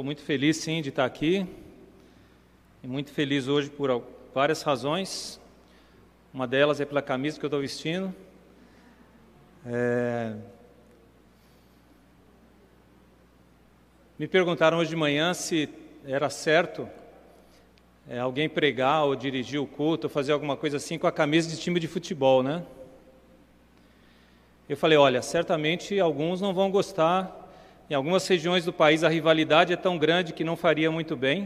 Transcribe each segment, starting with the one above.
estou muito feliz, sim, de estar aqui. E muito feliz hoje por várias razões. Uma delas é pela camisa que eu estou vestindo. Me perguntaram hoje de manhã se era certo alguém pregar ou dirigir o culto, ou fazer alguma coisa assim com a camisa de time de futebol, né? Eu falei, olha, certamente alguns não vão gostar. Em algumas regiões do país a rivalidade é tão grande que não faria muito bem.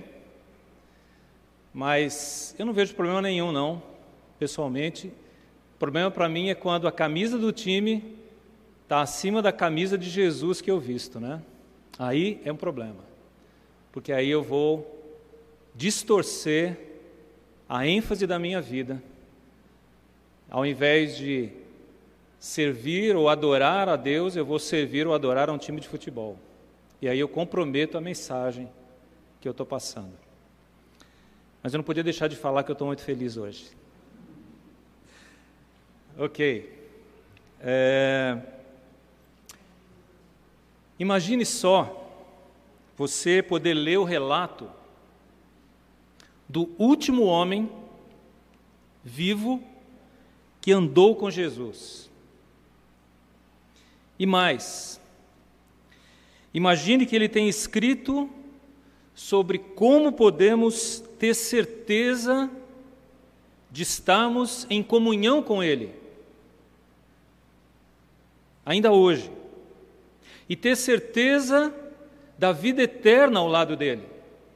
Mas eu não vejo problema nenhum, não, pessoalmente. O problema para mim é quando a camisa do time está acima da camisa de Jesus que eu visto, né? Aí é um problema, porque aí eu vou distorcer a ênfase da minha vida. Ao invés de servir ou adorar a Deus, eu vou servir ou adorar a um time de futebol. E aí eu comprometo a mensagem que eu estou passando. Mas eu não podia deixar de falar que eu estou muito feliz hoje. Ok. Imagine só você poder ler o relato do último homem vivo que andou com Jesus. E mais, imagine que ele tem escrito sobre como podemos ter certeza de estarmos em comunhão com Ele, ainda hoje, e ter certeza da vida eterna ao lado dele.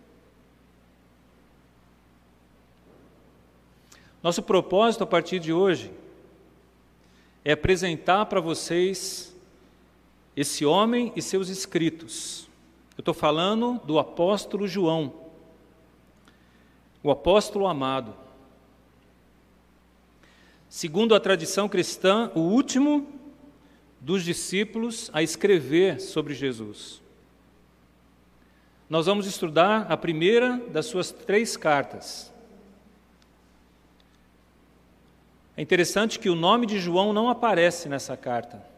Nosso propósito a partir de hoje é apresentar para vocês esse homem e seus escritos. Eu estou falando do apóstolo João, o apóstolo amado. Segundo a tradição cristã, o último dos discípulos a escrever sobre Jesus. Nós vamos estudar a primeira das suas 3 cartas. É interessante que o nome de João não aparece nessa carta,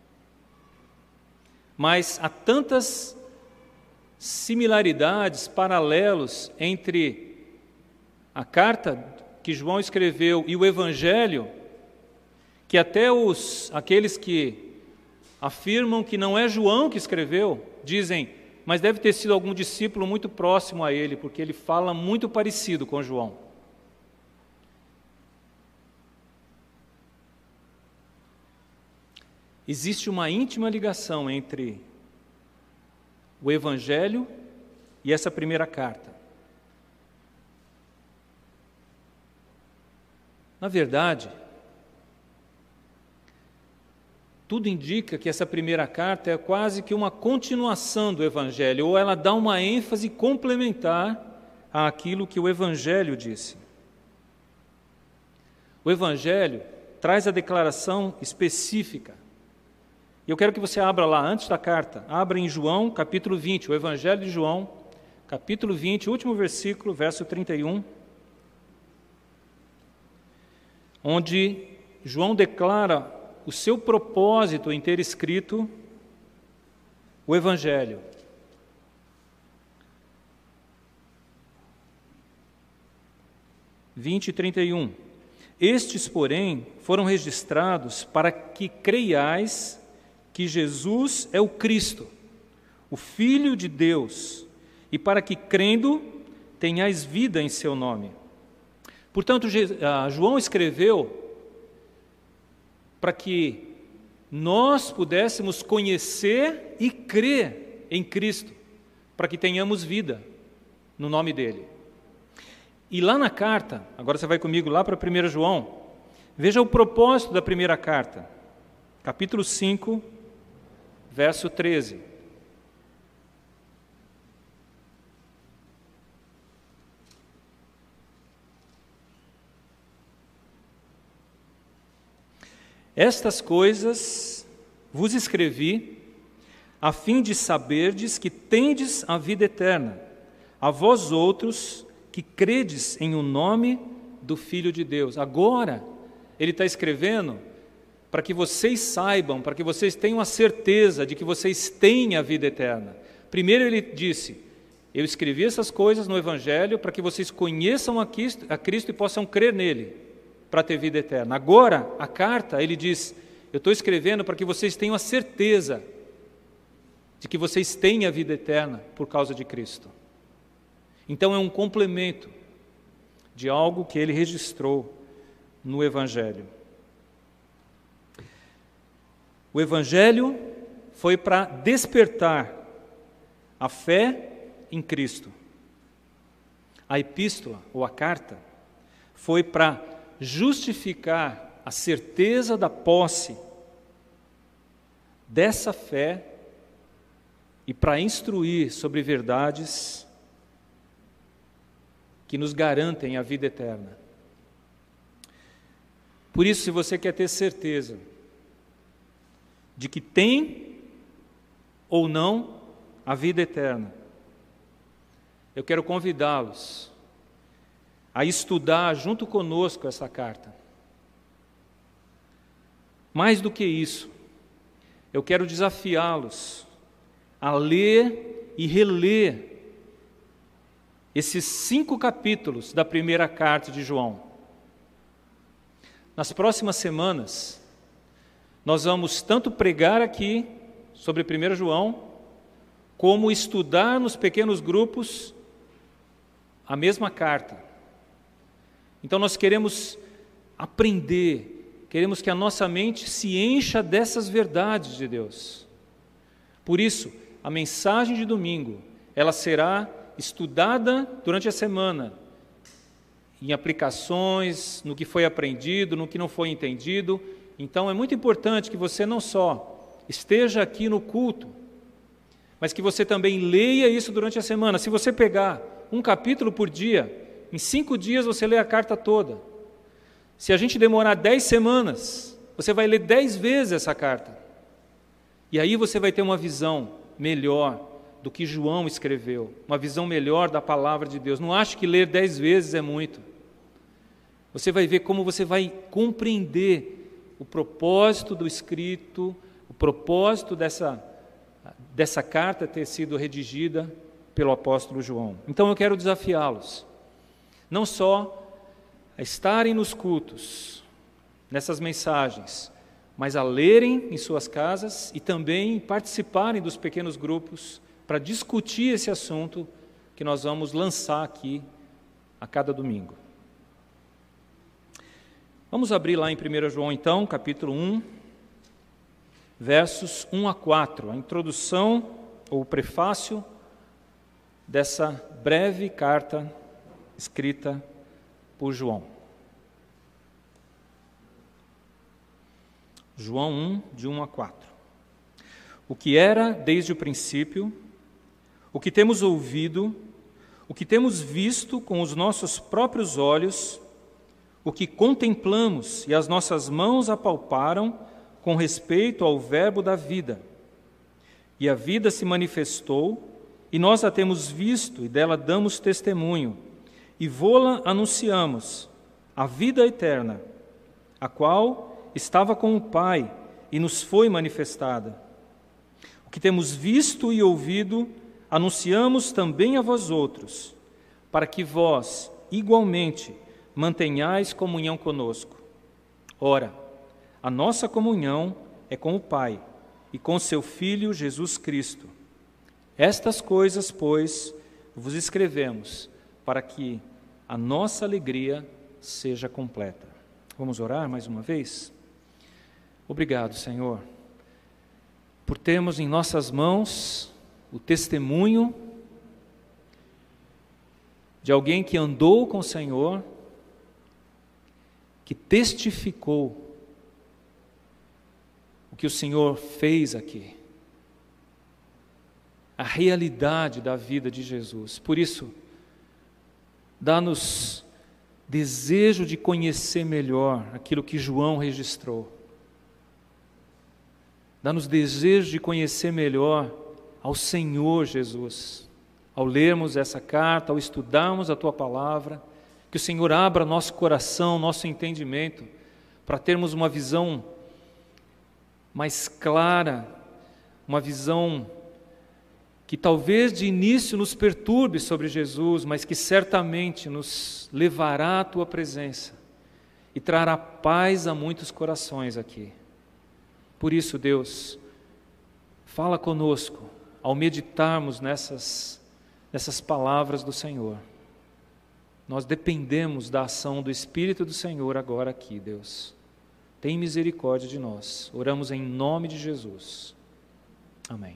mas há tantas similaridades, paralelos entre a carta que João escreveu e o Evangelho, que até aqueles que afirmam que não é João que escreveu, dizem, mas deve ter sido algum discípulo muito próximo a ele, porque ele fala muito parecido com João. Existe uma íntima ligação entre o Evangelho e essa primeira carta. Na verdade, tudo indica que essa primeira carta é quase que uma continuação do Evangelho, ou ela dá uma ênfase complementar àquilo que o Evangelho disse. O Evangelho traz a declaração específica. E eu quero que você abra lá, antes da carta, abra em João, capítulo 20, o Evangelho de João, capítulo 20, último versículo, verso 31, onde João declara o seu propósito em ter escrito o Evangelho. (20 e 31). Estes, porém, foram registrados para que creiais que Jesus é o Cristo, o Filho de Deus, e para que, crendo, tenhais vida em seu nome. Portanto, João escreveu para que nós pudéssemos conhecer e crer em Cristo, para que tenhamos vida no nome dele. E lá na carta, agora você vai comigo lá para 1 João, veja o propósito da primeira carta, capítulo 5, verso 13. Estas coisas vos escrevi, a fim de saberdes que tendes a vida eterna, a vós outros que credes em o nome do Filho de Deus. Agora, ele está escrevendo para que vocês saibam, para que vocês tenham a certeza de que vocês têm a vida eterna. Primeiro ele disse Eu escrevi essas coisas no Evangelho para que vocês conheçam a Cristo e possam crer nele, para ter vida eterna. Agora, a carta, ele diz, eu estou escrevendo para que vocês tenham a certeza de que vocês têm a vida eterna por causa de Cristo. Então é um complemento de algo que ele registrou no Evangelho. O Evangelho foi para despertar a fé em Cristo. A epístola, ou a carta, foi para justificar a certeza da posse dessa fé e para instruir sobre verdades que nos garantem a vida eterna. Por isso, se você quer ter certeza de que tem ou não a vida eterna, eu quero convidá-los a estudar junto conosco essa carta. Mais do que isso, eu quero desafiá-los a ler e reler esses 5 capítulos da primeira carta de João. Nas próximas semanas, nós vamos tanto pregar aqui sobre 1 João, como estudar nos pequenos grupos a mesma carta. Então nós queremos aprender, queremos que a nossa mente se encha dessas verdades de Deus. Por isso, a mensagem de domingo, ela será estudada durante a semana, em aplicações, no que foi aprendido, no que não foi entendido. Então é muito importante que você não só esteja aqui no culto, mas que você também leia isso durante a semana. Se você pegar um capítulo por dia, em 5 dias você lê a carta toda. Se a gente demorar 10 semanas, você vai ler 10 vezes essa carta. E aí você vai ter uma visão melhor do que João escreveu, uma visão melhor da palavra de Deus. Não ache que ler 10 vezes é muito. Você vai ver como você vai compreender o propósito do escrito, o propósito dessa carta ter sido redigida pelo apóstolo João. Então eu quero desafiá-los, não só a estarem nos cultos, nessas mensagens, mas a lerem em suas casas e também participarem dos pequenos grupos para discutir esse assunto que nós vamos lançar aqui a cada domingo. Vamos abrir lá em 1 João então, capítulo 1, versos 1 a 4, a introdução ou o prefácio dessa breve carta escrita por João. João 1, de 1 a 4. O que era desde o princípio, o que temos ouvido, o que temos visto com os nossos próprios olhos, o que contemplamos e as nossas mãos apalparam com respeito ao Verbo da vida. E a vida se manifestou, e nós a temos visto, e dela damos testemunho, e vô-la anunciamos, a vida eterna, a qual estava com o Pai e nos foi manifestada. O que temos visto e ouvido, anunciamos também a vós outros, para que vós, igualmente, mantenhais comunhão conosco. Ora, a nossa comunhão é com o Pai e com seu Filho Jesus Cristo. Estas coisas, pois, vos escrevemos, para que a nossa alegria seja completa. Vamos orar mais uma vez? Obrigado, Senhor, por termos em nossas mãos o testemunho de alguém que andou com o Senhor, que testificou o que o Senhor fez aqui, a realidade da vida de Jesus. Por isso, dá-nos desejo de conhecer melhor aquilo que João registrou. Dá-nos desejo de conhecer melhor ao Senhor Jesus. Ao lermos essa carta, ao estudarmos a Tua palavra, que o Senhor abra nosso coração, nosso entendimento, para termos uma visão mais clara, uma visão que talvez de início nos perturbe sobre Jesus, mas que certamente nos levará à Tua presença e trará paz a muitos corações aqui. Por isso, Deus, fala conosco ao meditarmos nessas palavras do Senhor. Nós dependemos da ação do Espírito do Senhor agora aqui, Deus. Tem misericórdia de nós. Oramos em nome de Jesus. Amém.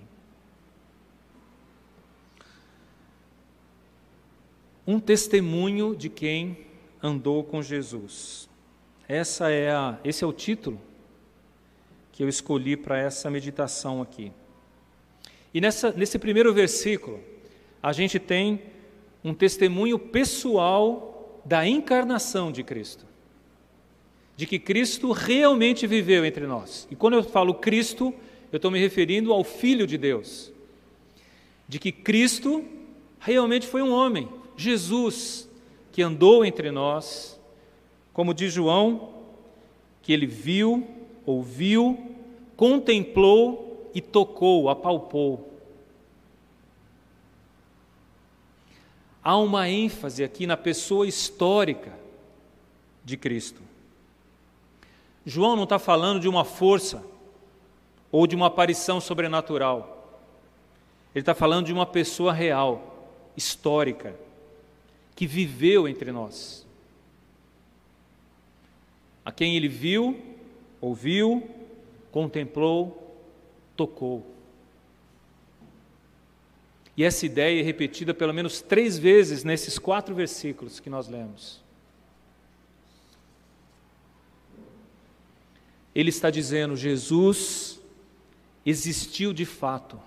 Um testemunho de quem andou com Jesus. Esse é o título que eu escolhi para essa meditação aqui. E nesse primeiro versículo, a gente tem um testemunho pessoal da encarnação de Cristo. De que Cristo realmente viveu entre nós. E quando eu falo Cristo, eu estou me referindo ao Filho de Deus. De que Cristo realmente foi um homem, Jesus, que andou entre nós, como diz João, que ele viu, ouviu, contemplou e tocou, apalpou. Há uma ênfase aqui na pessoa histórica de Cristo. João não está falando de uma força ou de uma aparição sobrenatural. Ele está falando de uma pessoa real, histórica, que viveu entre nós. A quem ele viu, ouviu, contemplou, tocou. E essa ideia é repetida pelo menos 3 vezes nesses 4 versículos que nós lemos. Ele está dizendo, Jesus existiu de fato.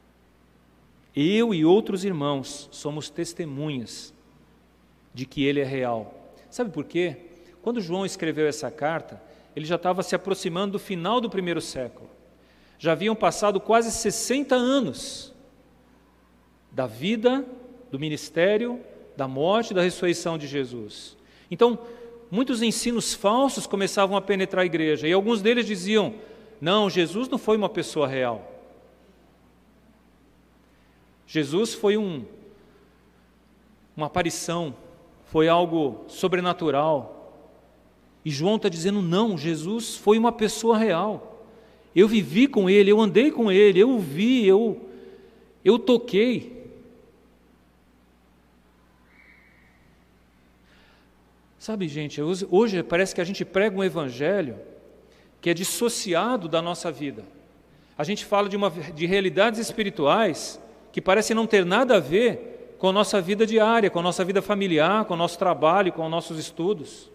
Eu e outros irmãos somos testemunhas de que ele é real. Sabe por quê? Quando João escreveu essa carta, ele já estava se aproximando do final do 1º século. Já haviam passado quase 60 anos da vida, do ministério, da morte e da ressurreição de Jesus. Então, muitos ensinos falsos começavam a penetrar a igreja, e alguns deles diziam, não, Jesus não foi uma pessoa real. Jesus foi uma aparição, foi algo sobrenatural. E João está dizendo, não, Jesus foi uma pessoa real. Eu vivi com ele, eu andei com ele, eu o vi, eu toquei. Sabe, gente, hoje parece que a gente prega um evangelho que é dissociado da nossa vida. A gente fala de realidades espirituais que parecem não ter nada a ver com a nossa vida diária, com a nossa vida familiar, com o nosso trabalho, com os nossos estudos.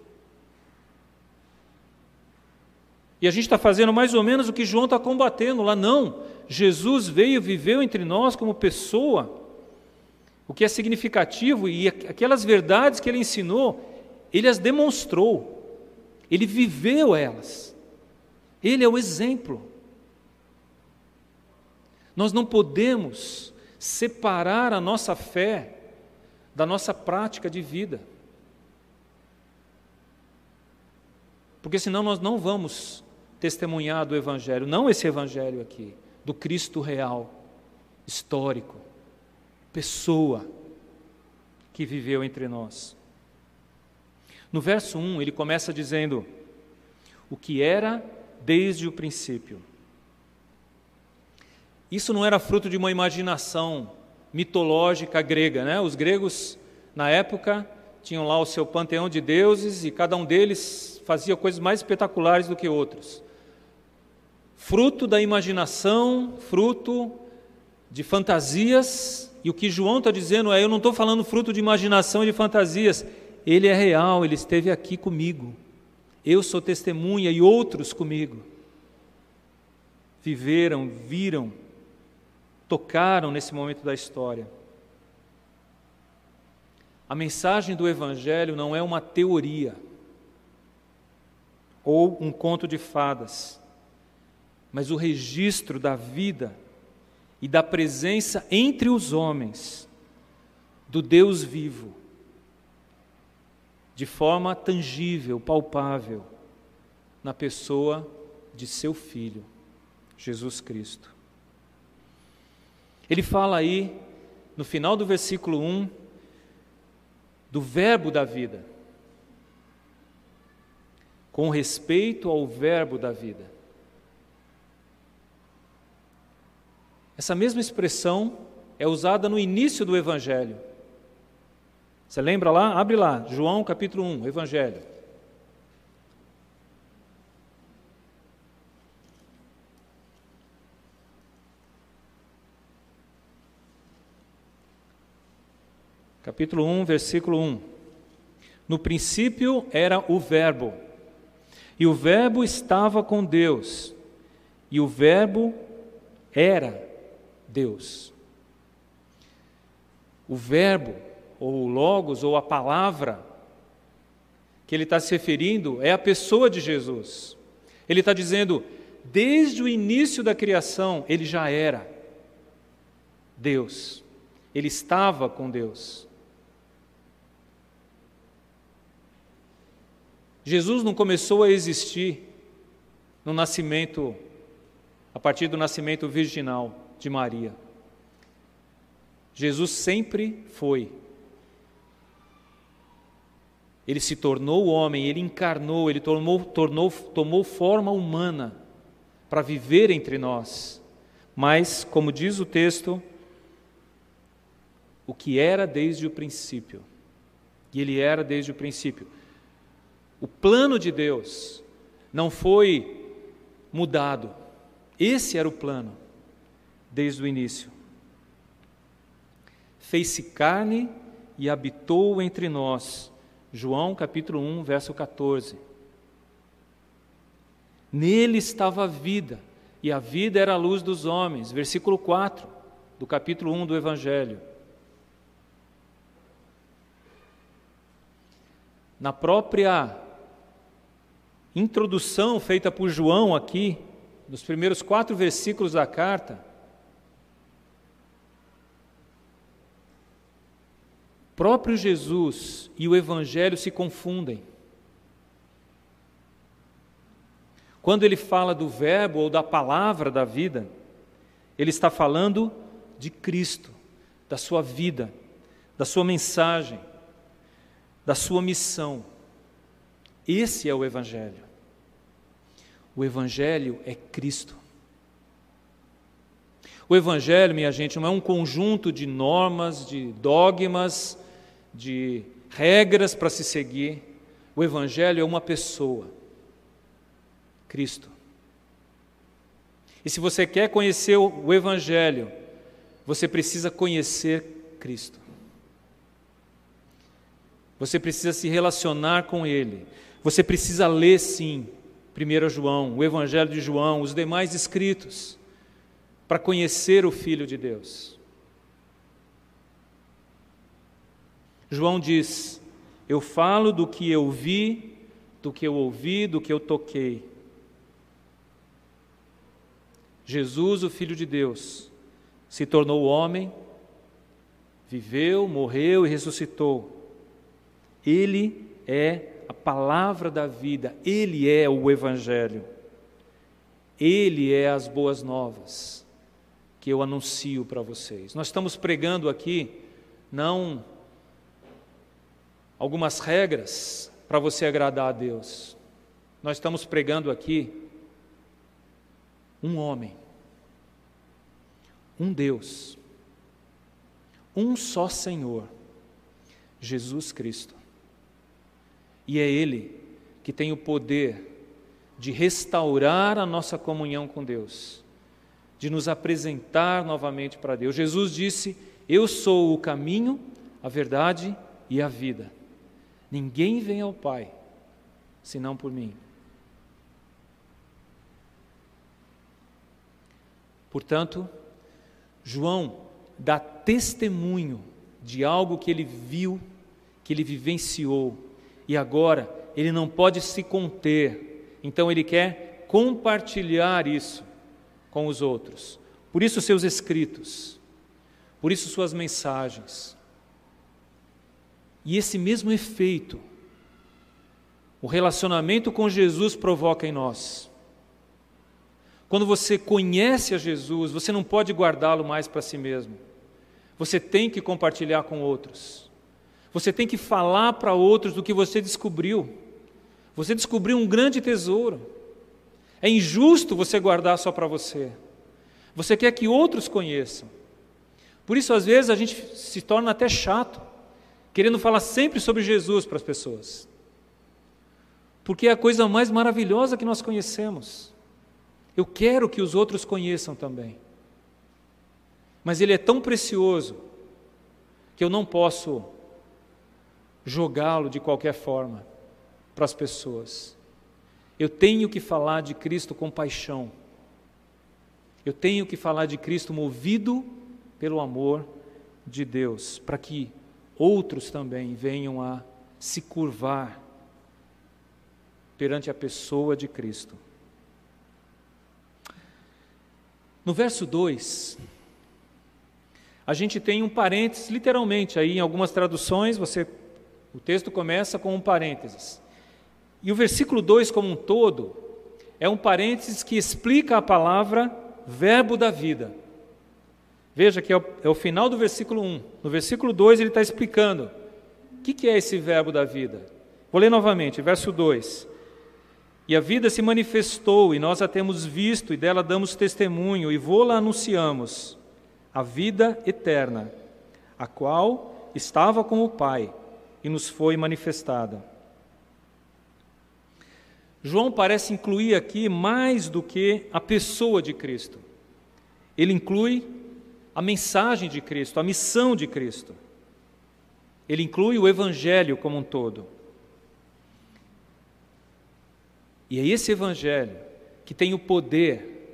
E a gente está fazendo mais ou menos o que João está combatendo lá. Não, Jesus veio, viveu entre nós como pessoa, o que é significativo, e aquelas verdades que ele ensinou, ele as demonstrou, ele viveu elas, ele é o exemplo. Nós não podemos separar a nossa fé da nossa prática de vida, porque senão nós não vamos testemunhar do Evangelho, não esse Evangelho aqui, do Cristo real, histórico, pessoa que viveu entre nós. No verso 1, ele começa dizendo, o que era desde o princípio. Isso não era fruto de uma imaginação mitológica grega, né? Os gregos, na época, tinham lá o seu panteão de deuses e cada um deles fazia coisas mais espetaculares do que outros. Fruto da imaginação, fruto de fantasias, e o que João está dizendo é, eu não estou falando fruto de imaginação e de fantasias, ele é real, ele esteve aqui comigo, eu sou testemunha e outros comigo, viveram, viram, tocaram nesse momento da história. A mensagem do Evangelho não é uma teoria ou um conto de fadas, mas o registro da vida e da presença entre os homens do Deus vivo, de forma tangível, palpável, na pessoa de seu Filho, Jesus Cristo. Ele fala aí, no final do versículo 1, do verbo da vida, com respeito ao verbo da vida. Essa mesma expressão é usada no início do Evangelho. Você lembra lá? Abre lá, João capítulo 1, Evangelho. Capítulo 1, versículo 1. No princípio era o Verbo, e o Verbo estava com Deus, e o Verbo era Deus. O Verbo, ou o Logos, ou a palavra que ele está se referindo é a pessoa de Jesus. Ele está dizendo, desde o início da criação, ele já era Deus. Ele estava com Deus. Jesus não começou a existir no nascimento, a partir do nascimento virginal de Maria. Jesus sempre foi. Ele se tornou homem, ele encarnou, ele tomou forma humana para viver entre nós. Mas, como diz o texto, o que era desde o princípio. E ele era desde o princípio. O plano de Deus não foi mudado. Esse era o plano, desde o início. Fez-se carne e habitou entre nós. João capítulo 1, verso 14. Nele estava a vida, e a vida era a luz dos homens. Versículo 4 do capítulo 1 do Evangelho. Na própria introdução feita por João aqui, nos primeiros 4 versículos da carta, o próprio Jesus e o Evangelho se confundem. Quando ele fala do verbo ou da palavra da vida, ele está falando de Cristo, da sua vida, da sua mensagem, da sua missão. Esse é o Evangelho. O Evangelho é Cristo. O Evangelho, minha gente, não é um conjunto de normas, de dogmas, de regras para se seguir. O Evangelho é uma pessoa, Cristo. E se você quer conhecer o Evangelho, você precisa conhecer Cristo. Você precisa se relacionar com Ele. Você precisa ler, sim, 1 João, o Evangelho de João, os demais escritos, para conhecer o Filho de Deus. João diz, eu falo do que eu vi, do que eu ouvi, do que eu toquei. Jesus, o Filho de Deus, se tornou homem, viveu, morreu e ressuscitou. Ele é a palavra da vida, Ele é o Evangelho. Ele é as boas novas que eu anuncio para vocês. Nós estamos pregando aqui, não algumas regras para você agradar a Deus. Nós estamos pregando aqui um homem, um Deus, um só Senhor, Jesus Cristo. E é Ele que tem o poder de restaurar a nossa comunhão com Deus, de nos apresentar novamente para Deus. Jesus disse, eu sou o caminho, a verdade e a vida. Ninguém vem ao Pai, senão por mim. Portanto, João dá testemunho de algo que ele viu, que ele vivenciou, e agora ele não pode se conter, então ele quer compartilhar isso com os outros. Por isso seus escritos, por isso suas mensagens. E esse mesmo efeito, o relacionamento com Jesus provoca em nós. Quando você conhece a Jesus, você não pode guardá-lo mais para si mesmo. Você tem que compartilhar com outros. Você tem que falar para outros do que você descobriu. Você descobriu um grande tesouro. É injusto você guardar só para você. Você quer que outros conheçam. Por isso, às vezes, a gente se torna até chato, querendo falar sempre sobre Jesus para as pessoas. Porque é a coisa mais maravilhosa que nós conhecemos. Eu quero que os outros conheçam também. Mas Ele é tão precioso que eu não posso jogá-lo de qualquer forma para as pessoas. Eu tenho que falar de Cristo com paixão. Eu tenho que falar de Cristo movido pelo amor de Deus, para que outros também venham a se curvar perante a pessoa de Cristo. No verso 2, a gente tem um parênteses, literalmente, aí em algumas traduções, o texto começa com um parênteses. E o versículo 2 como um todo, é um parênteses que explica a palavra verbo da vida. Veja que é o final do versículo 1. No versículo 2 ele está explicando o que é esse verbo da vida. Vou ler novamente, verso 2. E a vida se manifestou, e nós a temos visto, e dela damos testemunho, e vô-la anunciamos, a vida eterna, a qual estava com o Pai, e nos foi manifestada. João parece incluir aqui mais do que a pessoa de Cristo. Ele inclui a mensagem de Cristo, a missão de Cristo. Ele inclui o Evangelho como um todo. E é esse Evangelho que tem o poder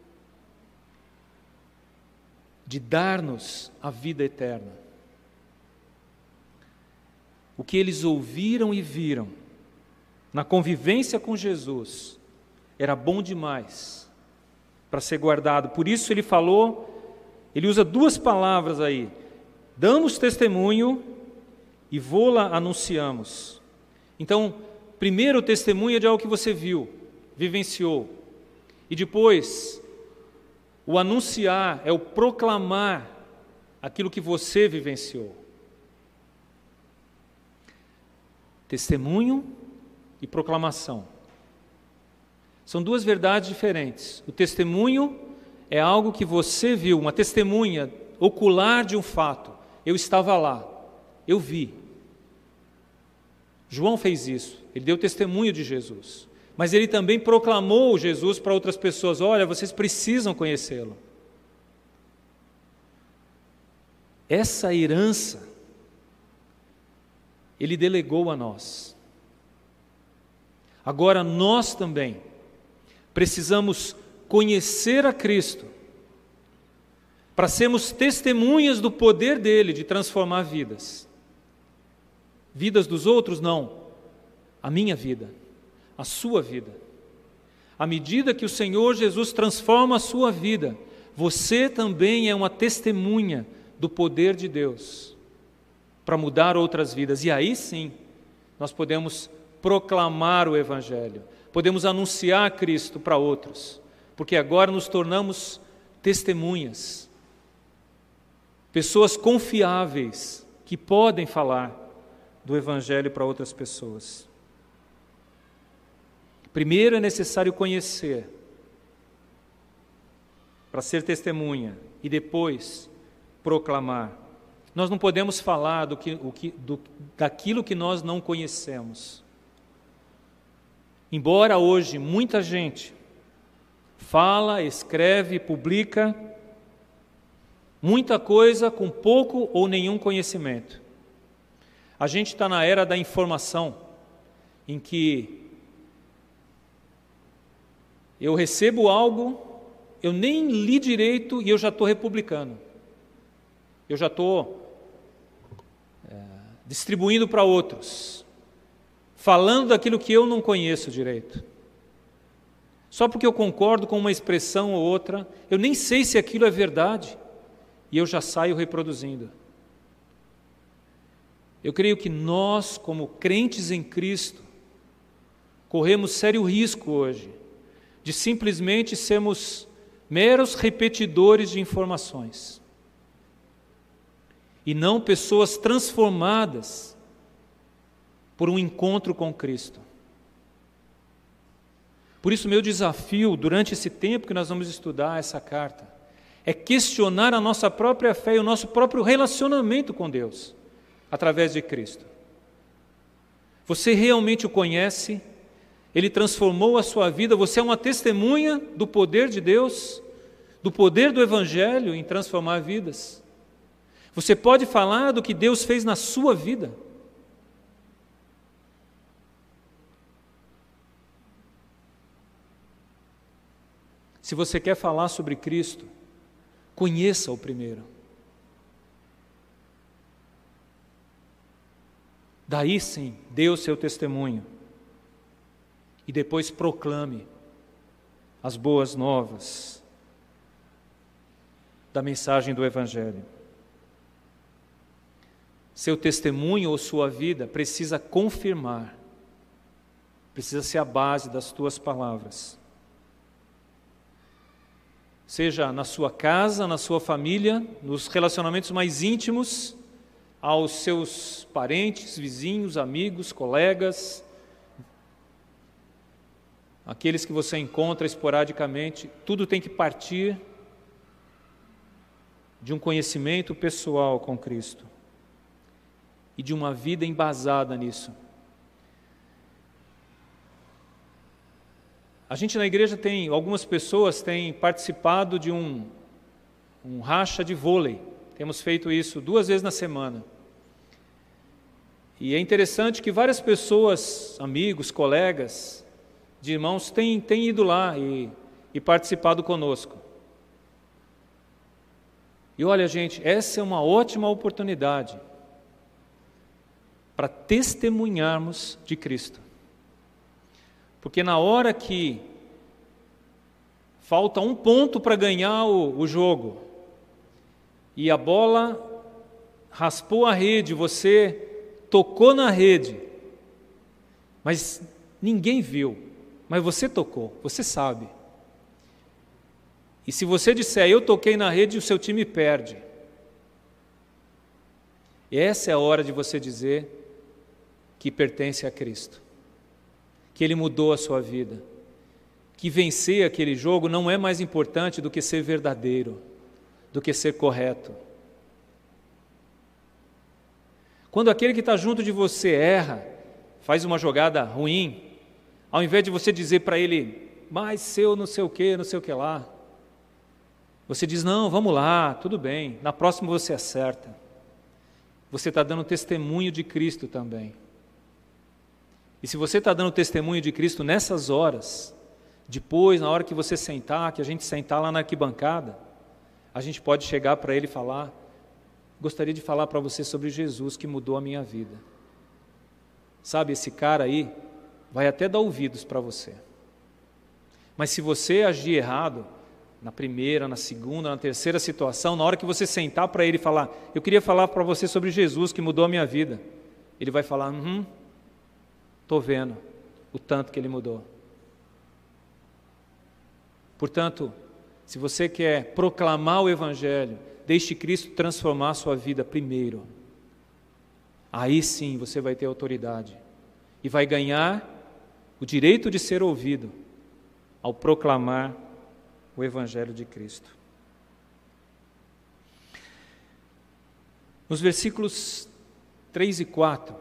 de dar-nos a vida eterna. O que eles ouviram e viram na convivência com Jesus era bom demais para ser guardado. Por isso ele usa duas palavras aí: damos testemunho e vô-la anunciamos. Então, primeiro o testemunho é de algo que você viu, vivenciou. E depois, o anunciar é o proclamar aquilo que você vivenciou. Testemunho e proclamação. São duas verdades diferentes. O testemunho é algo que você viu, uma testemunha ocular de um fato. Eu estava lá, eu vi. João fez isso, ele deu testemunho de Jesus. Mas ele também proclamou Jesus para outras pessoas: olha, vocês precisam conhecê-lo. Essa herança, ele delegou a nós. Agora nós também precisamos conhecer a Cristo para sermos testemunhas do poder dele de transformar vidas. Vidas dos outros, não. A minha vida, a sua vida. À medida que o Senhor Jesus transforma a sua vida, você também é uma testemunha do poder de Deus para mudar outras vidas. E aí sim, nós podemos proclamar o Evangelho, podemos anunciar Cristo para outros, porque agora nos tornamos testemunhas, pessoas confiáveis que podem falar do Evangelho para outras pessoas. Primeiro é necessário conhecer, para ser testemunha, e depois proclamar. Nós não podemos falar daquilo que nós não conhecemos. Embora hoje muita gente fala, escreve, publica muita coisa com pouco ou nenhum conhecimento. A gente está na era da informação, em que eu recebo algo, eu nem li direito e eu já estou republicando. Eu já estou distribuindo para outros, falando daquilo que eu não conheço direito. Só porque eu concordo com uma expressão ou outra, eu nem sei se aquilo é verdade, e eu já saio reproduzindo. Eu creio que nós, como crentes em Cristo, corremos sério risco hoje de simplesmente sermos meros repetidores de informações, e não pessoas transformadas por um encontro com Cristo. Por isso, meu desafio, durante esse tempo que nós vamos estudar essa carta, é questionar a nossa própria fé e o nosso próprio relacionamento com Deus, através de Cristo. Você realmente o conhece? Ele transformou a sua vida? Você é uma testemunha do poder de Deus, do poder do Evangelho em transformar vidas? Você pode falar do que Deus fez na sua vida? Se você quer falar sobre Cristo, conheça-o primeiro. Daí sim, dê o seu testemunho. E depois proclame as boas novas da mensagem do Evangelho. Seu testemunho ou sua vida precisa confirmar, precisa ser a base das tuas palavras. Seja na sua casa, na sua família, nos relacionamentos mais íntimos, aos seus parentes, vizinhos, amigos, colegas, aqueles que você encontra esporadicamente, tudo tem que partir de um conhecimento pessoal com Cristo e de uma vida embasada nisso. A gente na igreja algumas pessoas têm participado de um racha de vôlei. Temos feito isso 2 vezes na semana. E é interessante que várias pessoas, amigos, colegas, de irmãos, têm ido lá e participado conosco. E olha, gente, essa é uma ótima oportunidade para testemunharmos de Cristo. Porque na hora que falta 1 ponto para ganhar o jogo, e a bola raspou a rede, você tocou na rede, mas ninguém viu, mas você tocou, você sabe. E se você disser, eu toquei na rede, o seu time perde. E essa é a hora de você dizer que pertence a Cristo, que Ele mudou a sua vida, que vencer aquele jogo não é mais importante do que ser verdadeiro, do que ser correto. Quando aquele que está junto de você erra, faz uma jogada ruim, ao invés de você dizer para ele, mas seu não sei o que lá, você diz, não, vamos lá, tudo bem, na próxima você acerta. Você está dando testemunho de Cristo também. E se você está dando testemunho de Cristo nessas horas, depois, na hora que você sentar, que a gente sentar lá na arquibancada, a gente pode chegar para ele e falar, gostaria de falar para você sobre Jesus que mudou a minha vida. Sabe, esse cara aí vai até dar ouvidos para você. Mas se você agir errado, na primeira, na segunda, na terceira situação, na hora que você sentar para ele e falar, eu queria falar para você sobre Jesus que mudou a minha vida, ele vai falar, estou vendo o tanto que ele mudou. Portanto, se você quer proclamar o Evangelho, deixe Cristo transformar a sua vida primeiro. Aí sim você vai ter autoridade e vai ganhar o direito de ser ouvido ao proclamar o Evangelho de Cristo. Nos versículos 3 e 4,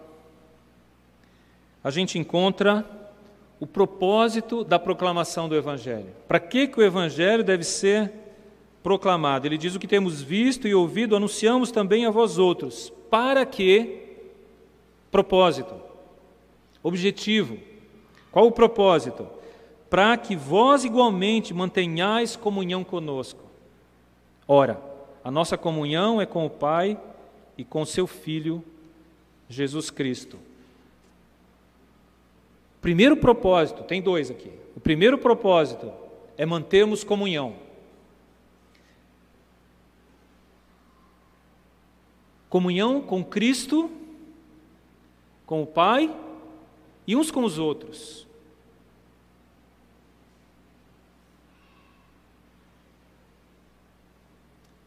a gente encontra o propósito da proclamação do Evangelho. Para que o Evangelho deve ser proclamado? Ele diz, o que temos visto e ouvido, anunciamos também a vós outros. Para que? Propósito. Objetivo. Qual o propósito? Para que vós igualmente mantenhais comunhão conosco. Ora, a nossa comunhão é com o Pai e com seu Filho, Jesus Cristo. Primeiro propósito, tem 2 aqui. O primeiro propósito é mantermos comunhão. Comunhão com Cristo, com o Pai e uns com os outros.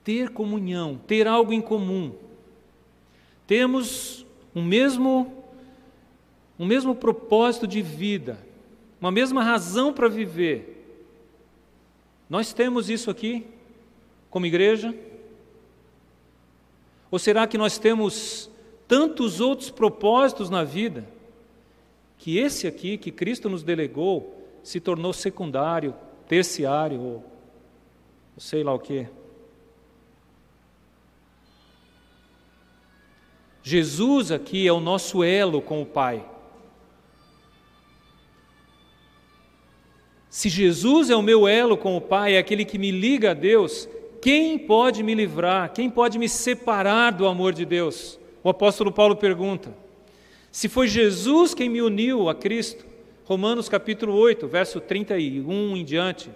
ter comunhão, ter algo em comum. Temos um mesmo propósito de vida, uma mesma razão para viver. Nós temos isso aqui como igreja? Ou será que nós temos tantos outros propósitos na vida que esse aqui, que Cristo nos delegou, se tornou secundário, terciário, ou sei lá o quê? Jesus aqui é o nosso elo com o Pai. Se Jesus é o meu elo com o Pai, é aquele que me liga a Deus, quem pode me livrar? Quem pode me separar do amor de Deus? O apóstolo Paulo pergunta. Se foi Jesus quem me uniu a Cristo, Romanos capítulo 8, verso 31 em diante,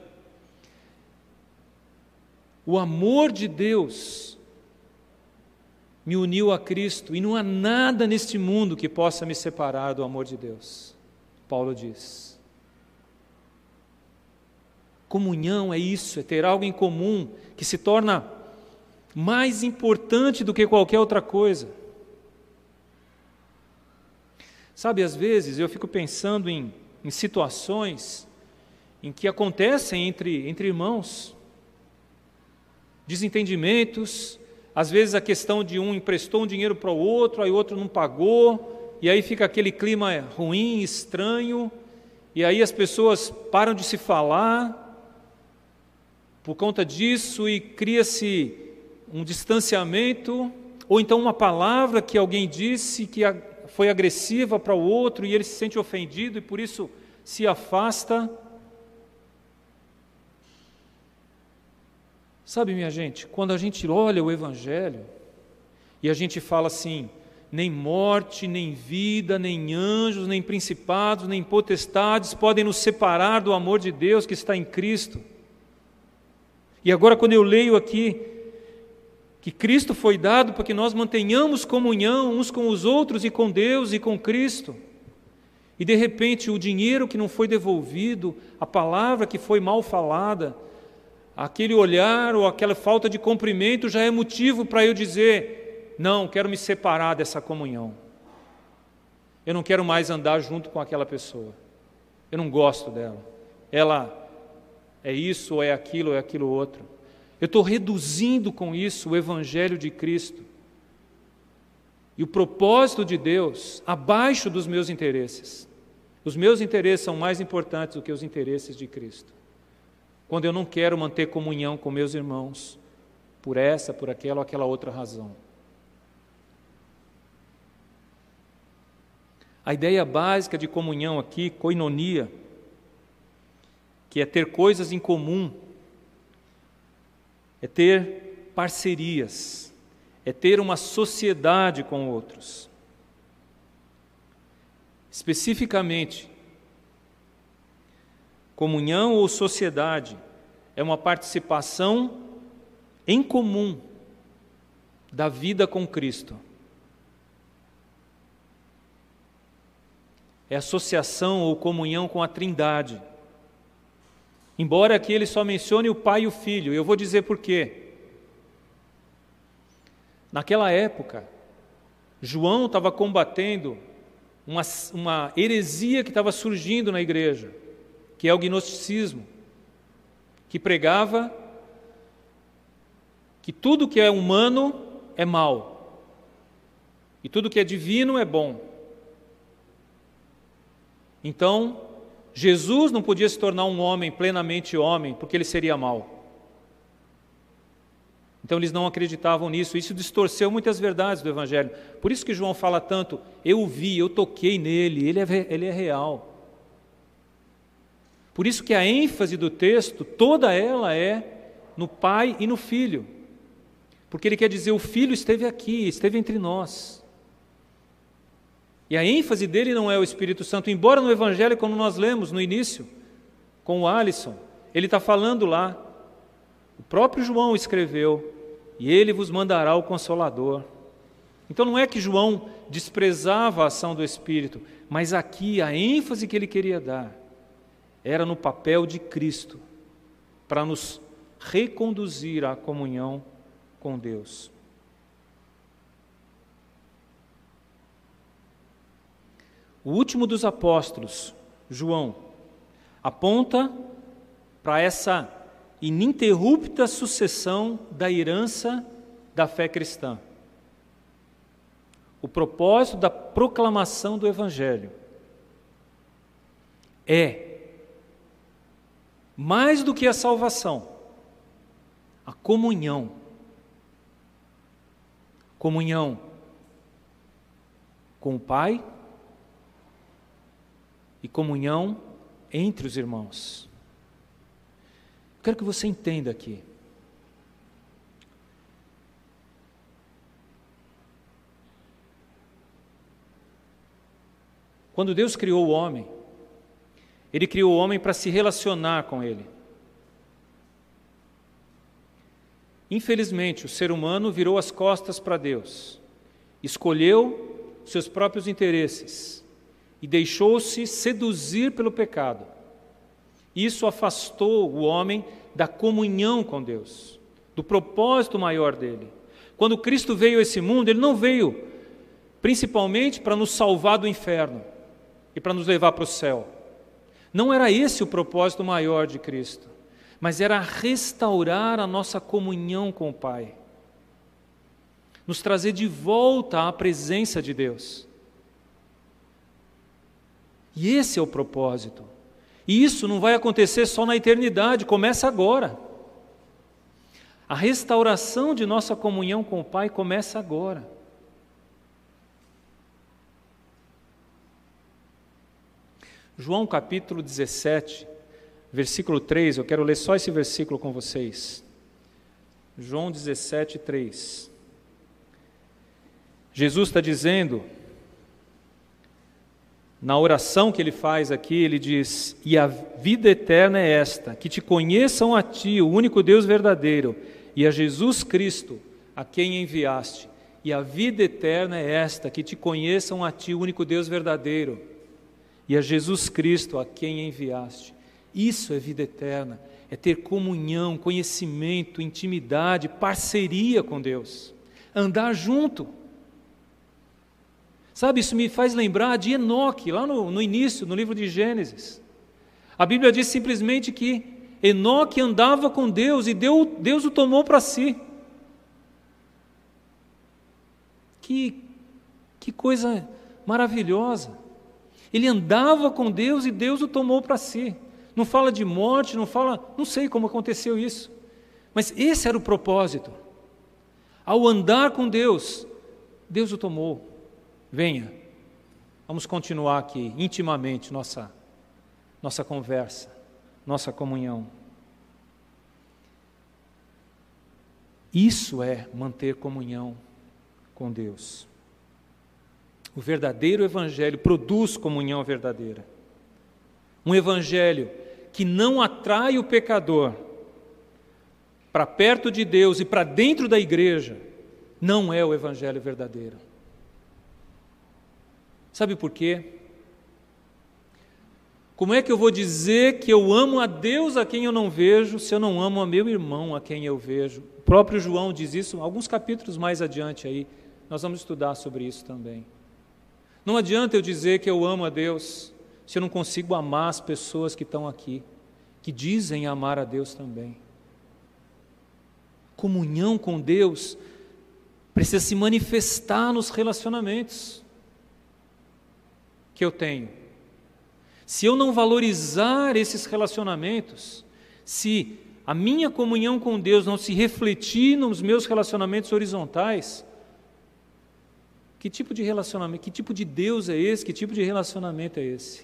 o amor de Deus me uniu a Cristo, e não há nada neste mundo que possa me separar do amor de Deus. Paulo diz. Comunhão é isso, é ter algo em comum que se torna mais importante do que qualquer outra coisa. Sabe, às vezes eu fico pensando em situações em que acontecem entre irmãos, desentendimentos, às vezes a questão de um emprestou um dinheiro para o outro, aí o outro não pagou, e aí fica aquele clima ruim, estranho, e aí as pessoas param de se falar por conta disso e cria-se um distanciamento, ou então uma palavra que alguém disse que foi agressiva para o outro e ele se sente ofendido e por isso se afasta. Sabe, minha gente, quando a gente olha o Evangelho e a gente fala assim, nem morte, nem vida, nem anjos, nem principados, nem potestades podem nos separar do amor de Deus que está em Cristo. E agora quando eu leio aqui que Cristo foi dado para que nós mantenhamos comunhão uns com os outros e com Deus e com Cristo, e de repente o dinheiro que não foi devolvido, a palavra que foi mal falada, aquele olhar ou aquela falta de cumprimento já é motivo para eu dizer, não, quero me separar dessa comunhão. Eu não quero mais andar junto com aquela pessoa. Eu não gosto dela. Ela é isso, ou é aquilo outro. Eu estou reduzindo com isso o Evangelho de Cristo e o propósito de Deus abaixo dos meus interesses. Os meus interesses são mais importantes do que os interesses de Cristo. Quando eu não quero manter comunhão com meus irmãos, por essa, por aquela ou aquela outra razão. A ideia básica de comunhão aqui, koinonia, que é ter coisas em comum, é ter parcerias, é ter uma sociedade com outros. Especificamente, comunhão ou sociedade é uma participação em comum da vida com Cristo. É associação ou comunhão com a Trindade. Embora aqui ele só mencione o Pai e o Filho, eu vou dizer por quê. Naquela época, João estava combatendo uma heresia que estava surgindo na igreja, que é o gnosticismo, que pregava que tudo que é humano é mal, e tudo que é divino é bom. Então, Jesus não podia se tornar um homem plenamente homem, porque ele seria mau. Então eles não acreditavam nisso, isso distorceu muitas verdades do Evangelho. Por isso que João fala tanto, eu o vi, eu toquei nele, ele é real. Por isso que a ênfase do texto, toda ela é no Pai e no Filho. Porque ele quer dizer, o Filho esteve aqui, esteve entre nós. E a ênfase dele não é o Espírito Santo, embora no Evangelho, quando nós lemos no início, com o Alisson, ele está falando lá, o próprio João escreveu, e ele vos mandará o Consolador. Então não é que João desprezava a ação do Espírito, mas aqui a ênfase que ele queria dar era no papel de Cristo, para nos reconduzir à comunhão com Deus. O último dos apóstolos, João, aponta para essa ininterrupta sucessão da herança da fé cristã. O propósito da proclamação do Evangelho é, mais do que a salvação, a comunhão. Comunhão com o Pai e comunhão entre os irmãos. Quero que você entenda aqui. Quando Deus criou o homem, Ele criou o homem para se relacionar com Ele. Infelizmente, o ser humano virou as costas para Deus, escolheu seus próprios interesses e deixou-se seduzir pelo pecado. Isso afastou o homem da comunhão com Deus, do propósito maior dele. Quando Cristo veio a esse mundo, Ele não veio principalmente para nos salvar do inferno e para nos levar para o céu. Não era esse o propósito maior de Cristo, mas era restaurar a nossa comunhão com o Pai, nos trazer de volta à presença de Deus. E esse é o propósito. E isso não vai acontecer só na eternidade, começa agora. A restauração de nossa comunhão com o Pai começa agora. João capítulo 17, versículo 3, eu quero ler só esse versículo com vocês. João 17, 3. Jesus está dizendo, na oração que Ele faz aqui, Ele diz: e a vida eterna é esta, que te conheçam a Ti, o único Deus verdadeiro, e a Jesus Cristo, a quem enviaste. E a vida eterna é esta, que te conheçam a Ti, o único Deus verdadeiro, e a Jesus Cristo, a quem enviaste. Isso é vida eterna, é ter comunhão, conhecimento, intimidade, parceria com Deus, andar junto. Sabe, isso me faz lembrar de Enoque, lá no início, no livro de Gênesis. A Bíblia diz simplesmente que Enoque andava com Deus e Deus o tomou para si. Que coisa maravilhosa. Ele andava com Deus e Deus o tomou para si. Não fala de morte, não sei como aconteceu isso. Mas esse era o propósito. Ao andar com Deus, Deus o tomou. Venha, vamos continuar aqui intimamente nossa conversa, nossa comunhão. Isso é manter comunhão com Deus. O verdadeiro evangelho produz comunhão verdadeira. Um evangelho que não atrai o pecador para perto de Deus e para dentro da igreja, não é o evangelho verdadeiro. Sabe por quê? Como é que eu vou dizer que eu amo a Deus a quem eu não vejo, se eu não amo a meu irmão a quem eu vejo? O próprio João diz isso, alguns capítulos mais adiante aí, nós vamos estudar sobre isso também. Não adianta eu dizer que eu amo a Deus, se eu não consigo amar as pessoas que estão aqui, que dizem amar a Deus também. Comunhão com Deus precisa se manifestar nos relacionamentos que eu tenho. Se eu não valorizar esses relacionamentos, se a minha comunhão com Deus não se refletir nos meus relacionamentos horizontais, que tipo de relacionamento, que tipo de Deus é esse, que tipo de relacionamento é esse?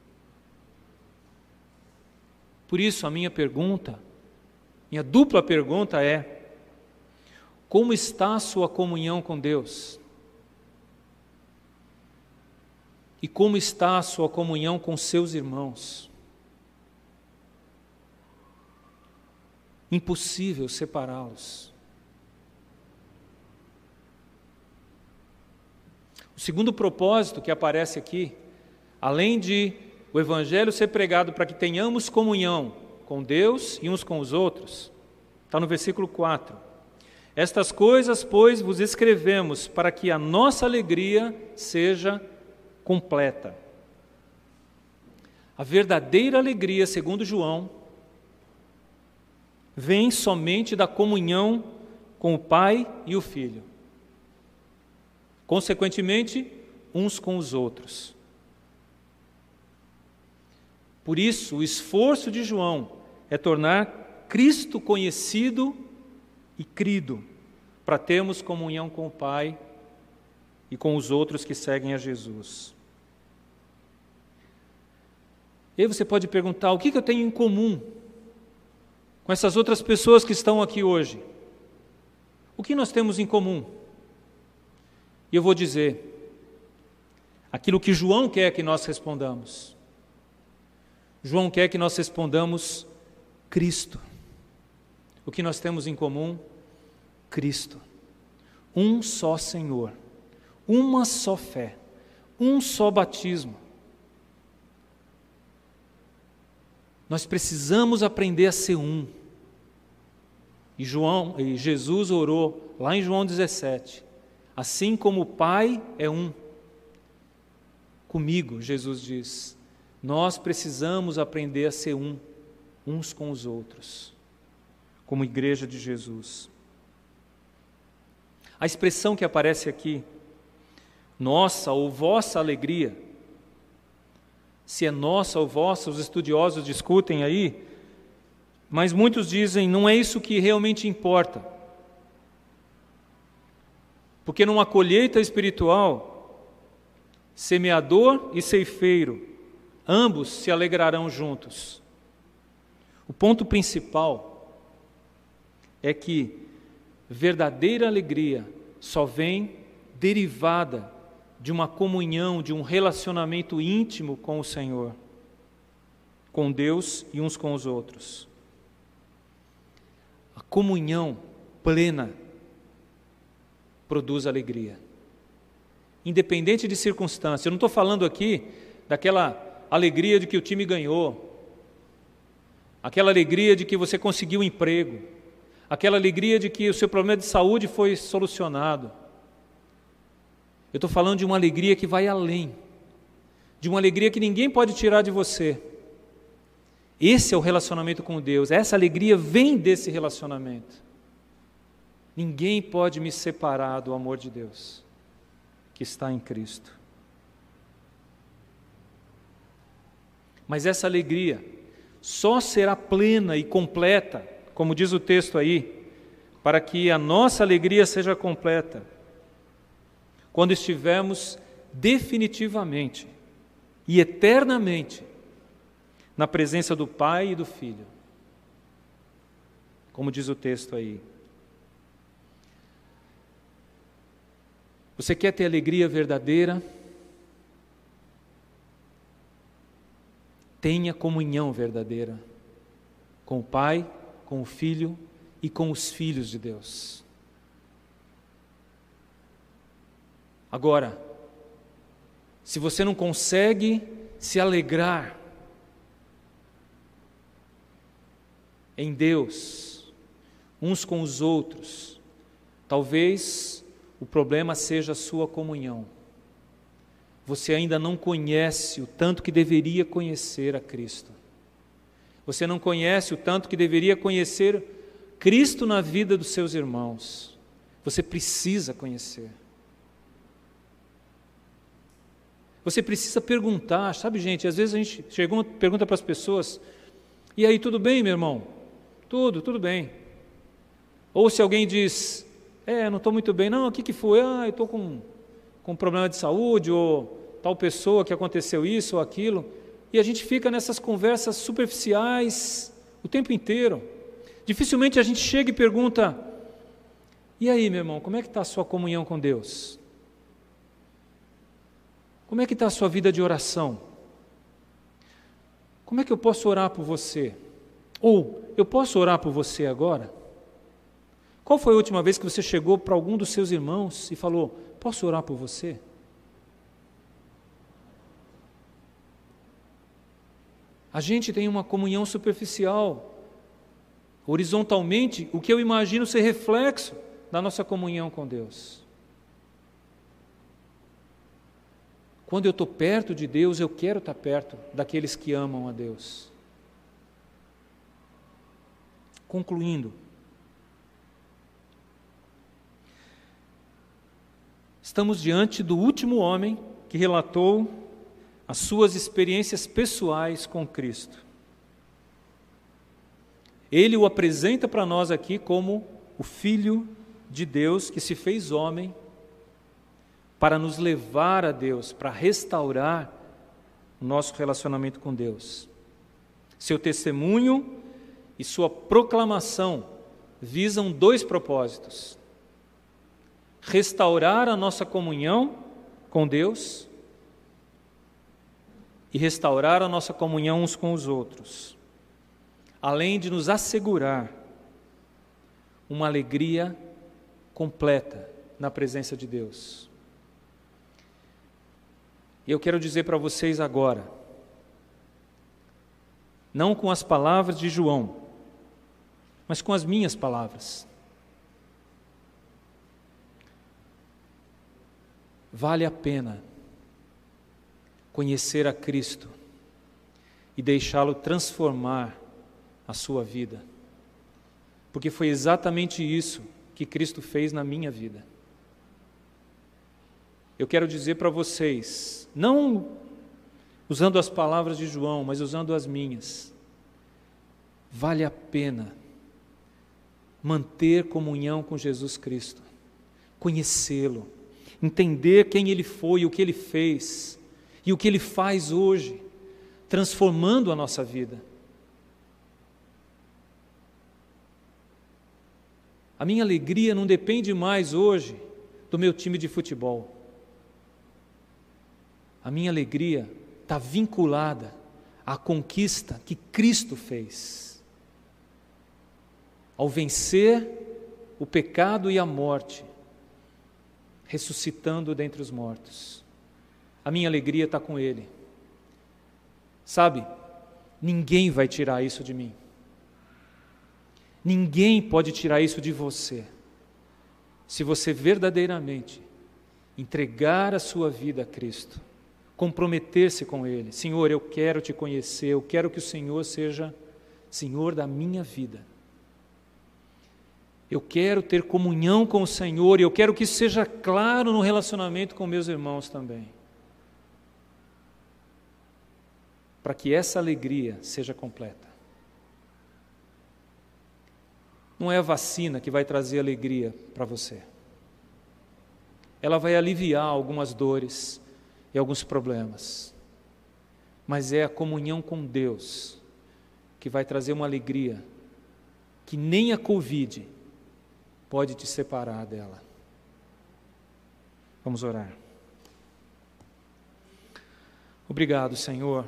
Por isso a minha dupla pergunta é: como está a sua comunhão com Deus? E como está a sua comunhão com seus irmãos? Impossível separá-los. O segundo propósito que aparece aqui, além de o Evangelho ser pregado para que tenhamos comunhão com Deus e uns com os outros, está no versículo 4. Estas coisas, pois, vos escrevemos para que a nossa alegria seja completa. A verdadeira alegria, segundo João, vem somente da comunhão com o Pai e o Filho. Consequentemente, uns com os outros. Por isso, o esforço de João é tornar Cristo conhecido e crido, para termos comunhão com o Pai e com os outros que seguem a Jesus. E aí você pode perguntar, o que eu tenho em comum com essas outras pessoas que estão aqui hoje? O que nós temos em comum? E eu vou dizer, aquilo que João quer que nós respondamos. João quer que nós respondamos Cristo. O que nós temos em comum? Cristo. Um só Senhor, uma só fé, um só batismo. Nós precisamos aprender a ser um. E Jesus orou lá em João 17, assim como o Pai é um. Comigo, Jesus diz, nós precisamos aprender a ser um, uns com os outros, como igreja de Jesus. A expressão que aparece aqui, nossa ou vossa alegria, se é nossa ou vossa, os estudiosos discutem aí, mas muitos dizem, não é isso que realmente importa. Porque numa colheita espiritual, semeador e ceifeiro, ambos se alegrarão juntos. O ponto principal é que verdadeira alegria só vem derivada de uma comunhão, de um relacionamento íntimo com o Senhor, com Deus e uns com os outros. A comunhão plena produz alegria, independente de circunstância. Eu não estou falando aqui daquela alegria de que o time ganhou, aquela alegria de que você conseguiu um emprego, aquela alegria de que o seu problema de saúde foi solucionado. Eu estou falando de uma alegria que vai além, de uma alegria que ninguém pode tirar de você. Esse é o relacionamento com Deus, essa alegria vem desse relacionamento. Ninguém pode me separar do amor de Deus, que está em Cristo. Mas essa alegria só será plena e completa, como diz o texto aí, para que a nossa alegria seja completa, quando estivermos definitivamente e eternamente na presença do Pai e do Filho, como diz o texto aí. Você quer ter alegria verdadeira? Tenha comunhão verdadeira com o Pai, com o Filho e com os filhos de Deus. Agora, se você não consegue se alegrar em Deus, uns com os outros, talvez o problema seja a sua comunhão. Você ainda não conhece o tanto que deveria conhecer a Cristo. Você não conhece o tanto que deveria conhecer Cristo na vida dos seus irmãos. Você precisa conhecer. Você precisa perguntar, sabe, gente? Às vezes a gente pergunta para as pessoas, e aí, tudo bem, meu irmão? Tudo bem. Ou se alguém diz, não estou muito bem, não, o que foi? Eu estou com um problema de saúde, ou tal pessoa que aconteceu isso ou aquilo, e a gente fica nessas conversas superficiais o tempo inteiro. Dificilmente a gente chega e pergunta, e aí, meu irmão, como é que está a sua comunhão com Deus? Como é que está a sua vida de oração? Como é que eu posso orar por você? Ou, eu posso orar por você agora? Qual foi a última vez que você chegou para algum dos seus irmãos e falou, posso orar por você? A gente tem uma comunhão superficial. Horizontalmente, o que eu imagino ser reflexo da nossa comunhão com Deus. Quando eu estou perto de Deus, eu quero estar perto daqueles que amam a Deus. Concluindo, estamos diante do último homem que relatou as suas experiências pessoais com Cristo. Ele o apresenta para nós aqui como o Filho de Deus que se fez homem para nos levar a Deus, para restaurar o nosso relacionamento com Deus. Seu testemunho e sua proclamação visam dois propósitos: restaurar a nossa comunhão com Deus e restaurar a nossa comunhão uns com os outros, além de nos assegurar uma alegria completa na presença de Deus. E eu quero dizer para vocês agora, não com as palavras de João, mas com as minhas palavras. Vale a pena conhecer a Cristo e deixá-lo transformar a sua vida, porque foi exatamente isso que Cristo fez na minha vida. Eu quero dizer para vocês, não usando as palavras de João, mas usando as minhas, vale a pena manter comunhão com Jesus Cristo, conhecê-lo, entender quem Ele foi, o que Ele fez e o que Ele faz hoje, transformando a nossa vida. A minha alegria não depende mais hoje do meu time de futebol. A minha alegria está vinculada à conquista que Cristo fez. Ao vencer o pecado e a morte, ressuscitando dentre os mortos. A minha alegria está com Ele. Sabe, ninguém vai tirar isso de mim. Ninguém pode tirar isso de você. Se você verdadeiramente entregar a sua vida a Cristo, comprometer-se com Ele. Senhor, eu quero te conhecer, eu quero que o Senhor seja Senhor da minha vida. Eu quero ter comunhão com o Senhor e eu quero que isso seja claro no relacionamento com meus irmãos também. Para que essa alegria seja completa. Não é a vacina que vai trazer alegria para você. Ela vai aliviar algumas dores e alguns problemas. Mas é a comunhão com Deus que vai trazer uma alegria que nem a Covid pode te separar dela. Vamos orar. Obrigado, Senhor,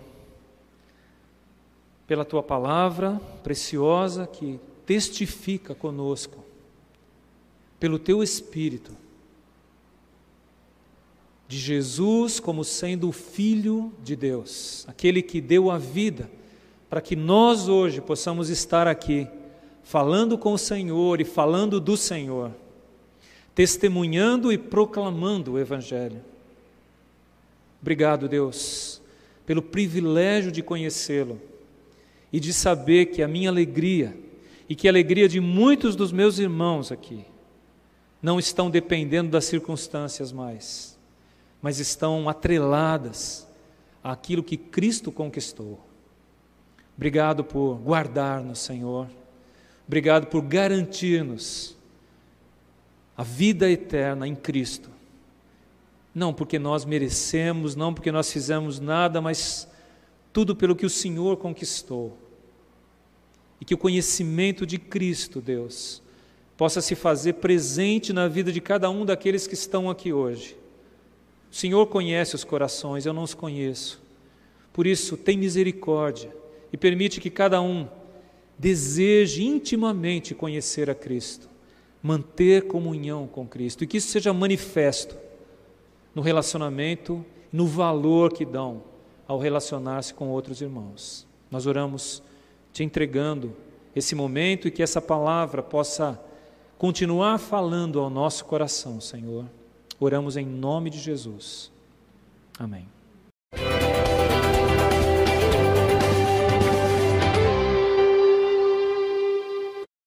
pela Tua palavra preciosa que testifica conosco, pelo Teu Espírito, de Jesus como sendo o Filho de Deus, aquele que deu a vida para que nós hoje possamos estar aqui, falando com o Senhor e falando do Senhor, testemunhando e proclamando o Evangelho. Obrigado, Deus, pelo privilégio de conhecê-lo e de saber que a minha alegria e que a alegria de muitos dos meus irmãos aqui não estão dependendo das circunstâncias mais, mas estão atreladas àquilo que Cristo conquistou. Obrigado por guardar-nos, Senhor. Obrigado por garantir-nos a vida eterna em Cristo. Não porque nós merecemos, não porque nós fizemos nada, mas tudo pelo que o Senhor conquistou. E que o conhecimento de Cristo, Deus, possa se fazer presente na vida de cada um daqueles que estão aqui hoje. O Senhor conhece os corações, eu não os conheço. Por isso, tem misericórdia e permite que cada um deseje intimamente conhecer a Cristo, manter comunhão com Cristo, e que isso seja manifesto no relacionamento, no valor que dão ao relacionar-se com outros irmãos. Nós oramos te entregando esse momento e que essa palavra possa continuar falando ao nosso coração, Senhor. Oramos em nome de Jesus. Amém.